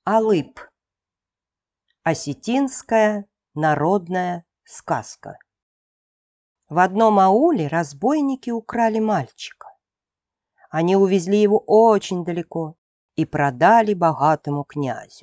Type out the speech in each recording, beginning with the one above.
Алып. Осетинская народная сказка. В одном ауле разбойники украли мальчика. Они увезли его очень далеко и продали богатому князю.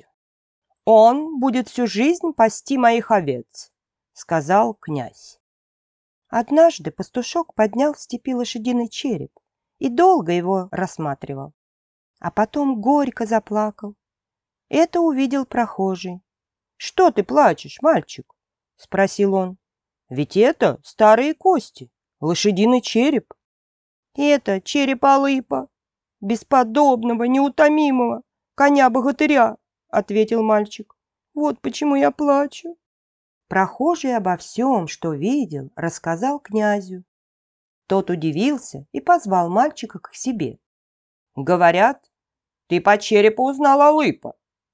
«Он будет всю жизнь пасти моих овец», — сказал князь. Однажды пастушок поднял в степи лошадиный череп и долго его рассматривал, а потом горько заплакал. Это увидел прохожий. «Что ты плачешь, мальчик?» — спросил он. «Ведь это старые кости, лошадиный череп». «Это череп Алыпа, бесподобного, неутомимого коня-богатыря», — ответил мальчик. «Вот почему я плачу». Прохожий обо всем, что видел, рассказал князю. Тот удивился и позвал мальчика к себе. «Говорят, ты по черепу узнал Алыпа.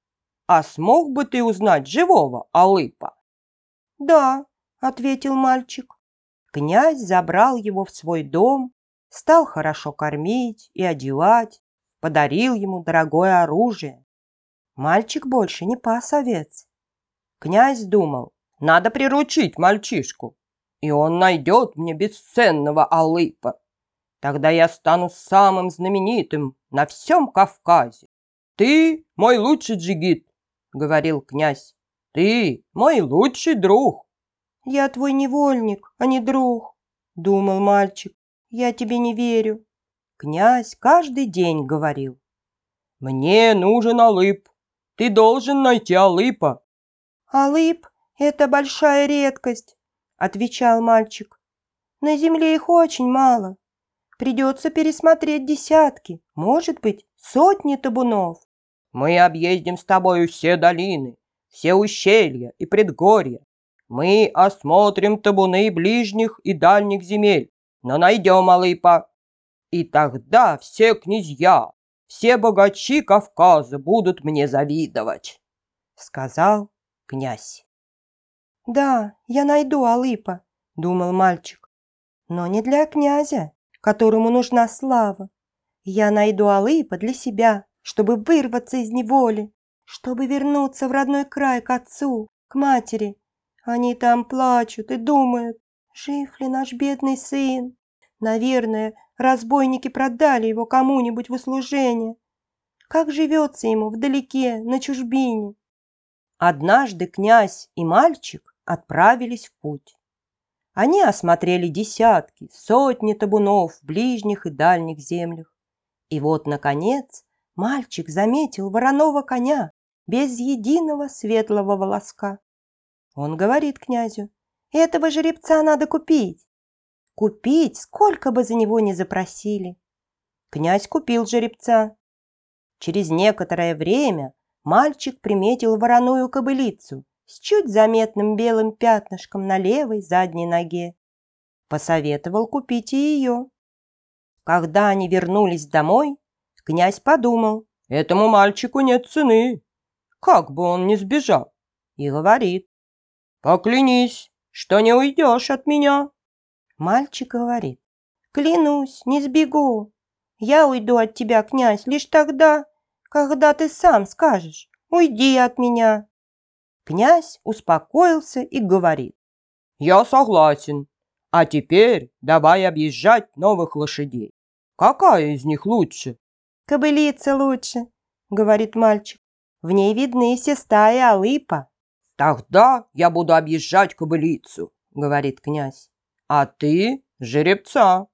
А смог бы ты узнать живого Алыпа?» «Да», — ответил мальчик. Князь забрал его в свой дом, стал хорошо кормить и одевать, подарил ему дорогое оружие. Мальчик больше не пас овец. Князь думал, надо приручить мальчишку, и он найдет мне бесценного Алыпа. Тогда я стану самым знаменитым на всем Кавказе. «Ты мой лучший джигит», — говорил князь. «Ты мой лучший друг». «Я твой невольник, а не друг», — думал мальчик. «Я тебе не верю». Князь каждый день говорил. «Мне нужен Алып. Ты должен найти Алыпа». «Алып — это большая редкость», — отвечал мальчик. «На земле их очень мало. Придется пересмотреть десятки, может быть, сотни табунов». «Мы объездим с тобою все долины, все ущелья и предгорья. Мы осмотрим табуны ближних и дальних земель, но найдем Алыпа. И тогда все князья, все богачи Кавказа будут мне завидовать», — сказал князь. «Да, я найду Алыпа», — думал мальчик, — «но не для князя, которому нужна слава. Я найду Алыпа для себя, чтобы вырваться из неволи, чтобы вернуться в родной край к отцу, к матери. Они там плачут и думают, жив ли наш бедный сын. Наверное, разбойники продали его кому-нибудь в услужение. Как живется ему вдалеке, на чужбине?» Однажды князь и мальчик отправились в путь. Они осмотрели десятки, сотни табунов в ближних и дальних землях. И вот, наконец, мальчик заметил вороного коня без единого светлого волоска. Он говорит князю: «Этого жеребца надо купить». Купить, сколько бы за него ни запросили. Князь купил жеребца. Через некоторое время мальчик приметил вороную кобылицу с чуть заметным белым пятнышком на левой задней ноге. Посоветовал купить и ее. Когда они вернулись домой, князь подумал: этому мальчику нет цены, как бы он ни сбежал, и говорит: «Поклянись, что не уйдешь от меня». Мальчик говорит: «Клянусь, не сбегу. Я уйду от тебя, князь, лишь тогда, когда ты сам скажешь: уйди от меня». Князь успокоился и говорит: «Я согласен. А теперь давай объезжать новых лошадей. Какая из них лучше?» «Кобылица лучше», — говорит мальчик. «В ней видны все стаи Алыпа». «Тогда я буду объезжать кобылицу», — говорит князь. «А ты жеребца».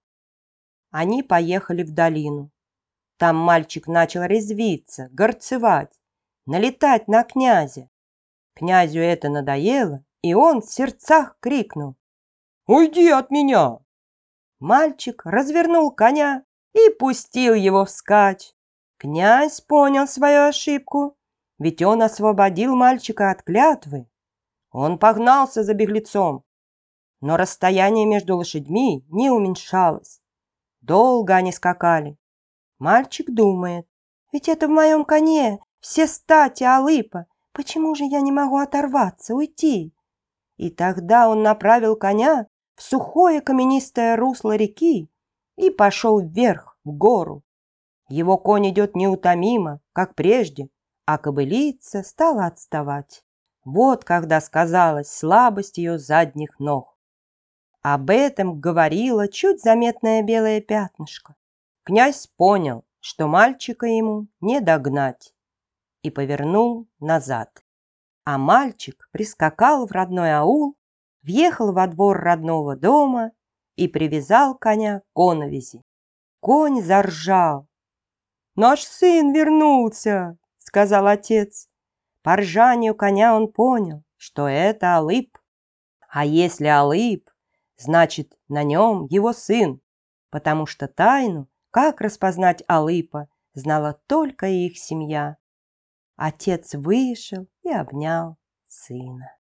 Они поехали в долину. Там мальчик начал резвиться, горцевать, налетать на князя. Князю это надоело, и он в сердцах крикнул: «Уйди от меня!» Мальчик развернул коня и пустил его вскачь. Князь понял свою ошибку, ведь он освободил мальчика от клятвы. Он погнался за беглецом, но расстояние между лошадьми не уменьшалось. Долго они скакали. Мальчик думает: ведь это в моем коне все стати Алыпа, почему же я не могу оторваться, уйти? И тогда он направил коня в сухое каменистое русло реки и пошел вверх, в гору. Его конь идет неутомимо, как прежде, а кобылица стала отставать. Вот когда сказалась слабость ее задних ног. Об этом говорило чуть заметное белое пятнышко. Князь понял, что мальчика ему не догнать, и повернул назад. А мальчик прискакал в родной аул, въехал во двор родного дома и привязал коня к коновизи. Конь заржал. «Наш сын вернулся!» — сказал отец. По ржанию коня он понял, что это Алып. А если Алып, значит, на нем его сын, потому что тайну, как распознать Алыпа, знала только их семья. Отец вышел и обнял сына.